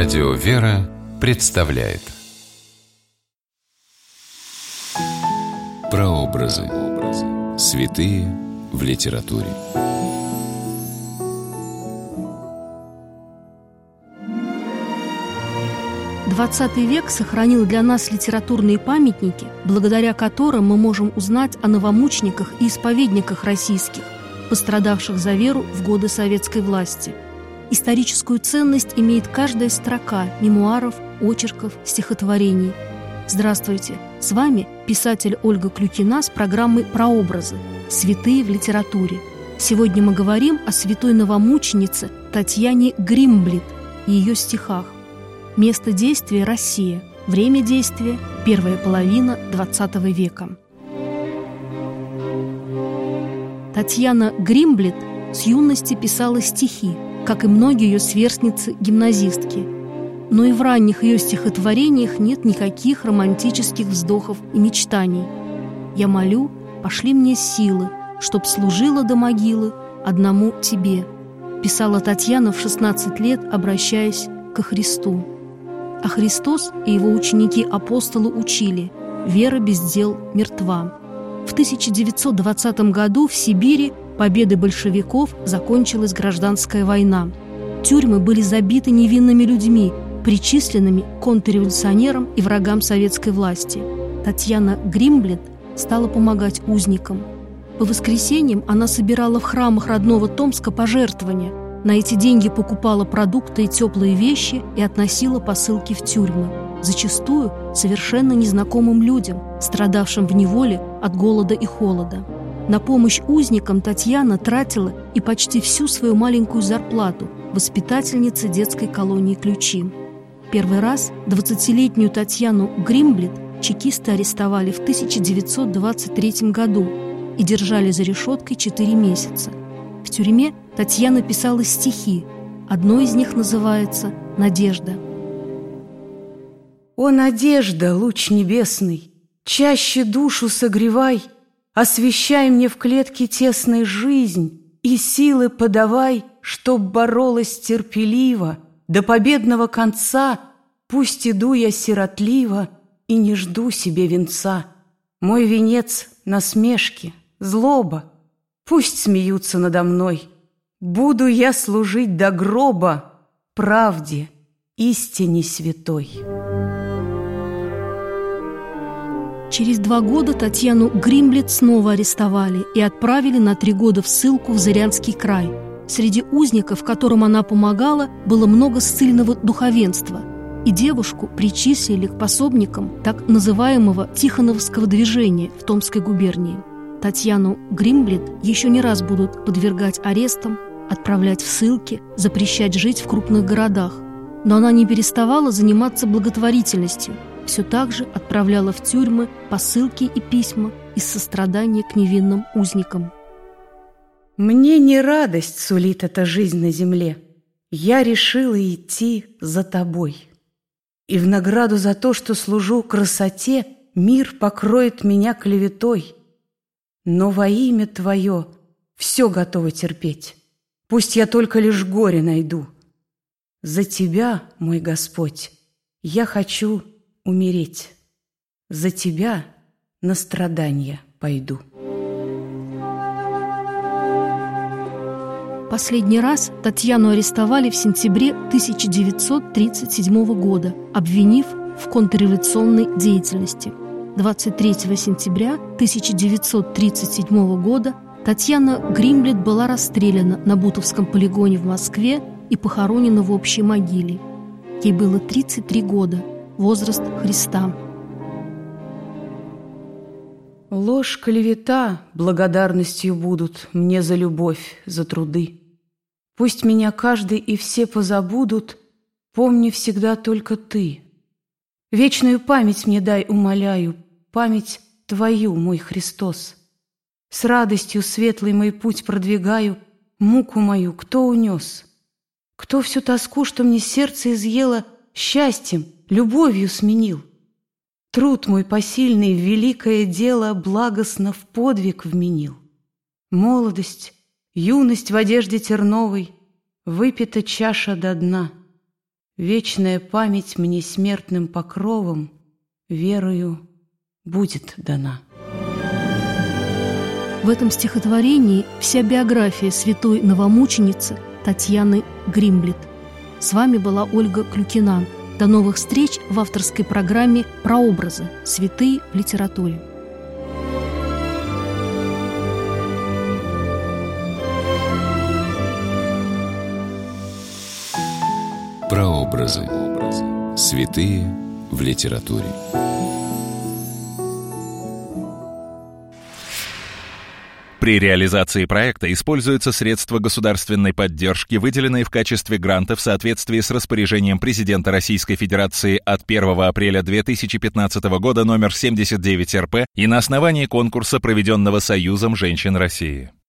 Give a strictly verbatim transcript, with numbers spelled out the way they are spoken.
Радио «Вера» представляет Прообразы. Святые в литературе. двадцатый век сохранил для нас литературные памятники, благодаря которым мы можем узнать о новомучениках и исповедниках российских, пострадавших за веру в годы советской власти. Историческую ценность имеет каждая строка мемуаров, очерков, стихотворений. Здравствуйте! С вами писатель Ольга Клюкина с программой «Прообразы. Святые в литературе». Сегодня мы говорим о святой новомученице Татьяне Гримблит и ее стихах. Место действия – Россия. Время действия – первая половина двадцатого века. Татьяна Гримблит с юности писала стихи, как и многие ее сверстницы-гимназистки. Но и в ранних ее стихотворениях нет никаких романтических вздохов и мечтаний. «Я молю, пошли мне силы, чтоб служила до могилы одному тебе», писала Татьяна в шестнадцать лет, обращаясь ко Христу. А Христос и его ученики-апостолы учили: «Вера без дел мертва». В тысяча девятьсот двадцатом году в Сибири победой большевиков закончилась гражданская война. Тюрьмы были забиты невинными людьми, причисленными к контрреволюционерам и врагам советской власти. Татьяна Гримблит стала помогать узникам. По воскресеньям она собирала в храмах родного Томска пожертвования. На эти деньги покупала продукты и теплые вещи и относила посылки в тюрьмы, зачастую совершенно незнакомым людям, страдавшим в неволе от голода и холода. На помощь узникам Татьяна тратила и почти всю свою маленькую зарплату воспитательницы детской колонии «Ключи». Первый раз двадцатилетнюю Татьяну Гримблит чекисты арестовали в тысяча девятьсот двадцать третьем году и держали за решеткой четыре месяца. В тюрьме Татьяна писала стихи. Одно из них называется «Надежда». «О, надежда, луч небесный, чаще душу согревай, освещай мне в клетке тесной жизнь и силы подавай, чтоб боролась терпеливо до победного конца. Пусть иду я сиротливо и не жду себе венца. Мой венец — насмешки, злоба. Пусть смеются надо мной. Буду я служить до гроба правде, истине святой». Через два года Татьяну Гримблит снова арестовали и отправили на три года в ссылку в Зырянский край. Среди узников, которым она помогала, было много ссыльного духовенства, и девушку причислили к пособникам так называемого Тихоновского движения в Томской губернии. Татьяну Гримблит еще не раз будут подвергать арестам, отправлять в ссылки, запрещать жить в крупных городах. Но она не переставала заниматься благотворительностью, все так же отправляла в тюрьмы посылки и письма из сострадания к невинным узникам. «Мне не радость сулит эта жизнь на земле. Я решила идти за тобой. И в награду за то, что служу красоте, мир покроет меня клеветой. Но во имя твое все готово терпеть. Пусть я только лишь горе найду. За тебя, мой Господь, я хочу умереть. За тебя на страдания пойду». Последний раз Татьяну арестовали в сентябре тысяча девятьсот тридцать седьмого года, обвинив в контрреволюционной деятельности. двадцать третьего сентября тысяча девятьсот тридцать седьмого года Татьяна Гримблит была расстреляна на Бутовском полигоне в Москве и похоронена в общей могиле. Ей было тридцать три года, возраст Христа. «Ложь, клевета благодарностью будут мне за любовь, за труды. Пусть меня каждый и все позабудут, помни всегда только ты. Вечную память мне дай, умоляю, память твою, мой Христос. С радостью светлый мой путь продвигаю, муку мою кто унес? Кто всю тоску, что мне сердце изъело, счастьем, любовью сменил? Труд мой посильный в великое дело благостно в подвиг вменил. Молодость, юность в одежде терновой, выпита чаша до дна. Вечная память мне смертным покровом, верою, будет дана. В этом стихотворении вся биография святой новомученицы Татьяны Гримблет. С вами была Ольга Клюкина. До новых встреч в авторской программе «Прообразы. Святые в литературе». Прообразы. Святые в литературе. При реализации проекта используются средства государственной поддержки, выделенные в качестве гранта в соответствии с распоряжением президента Российской Федерации от первого апреля две тысячи пятнадцатого года номер семьдесят девять эр пэ и на основании конкурса, проведенного Союзом женщин России.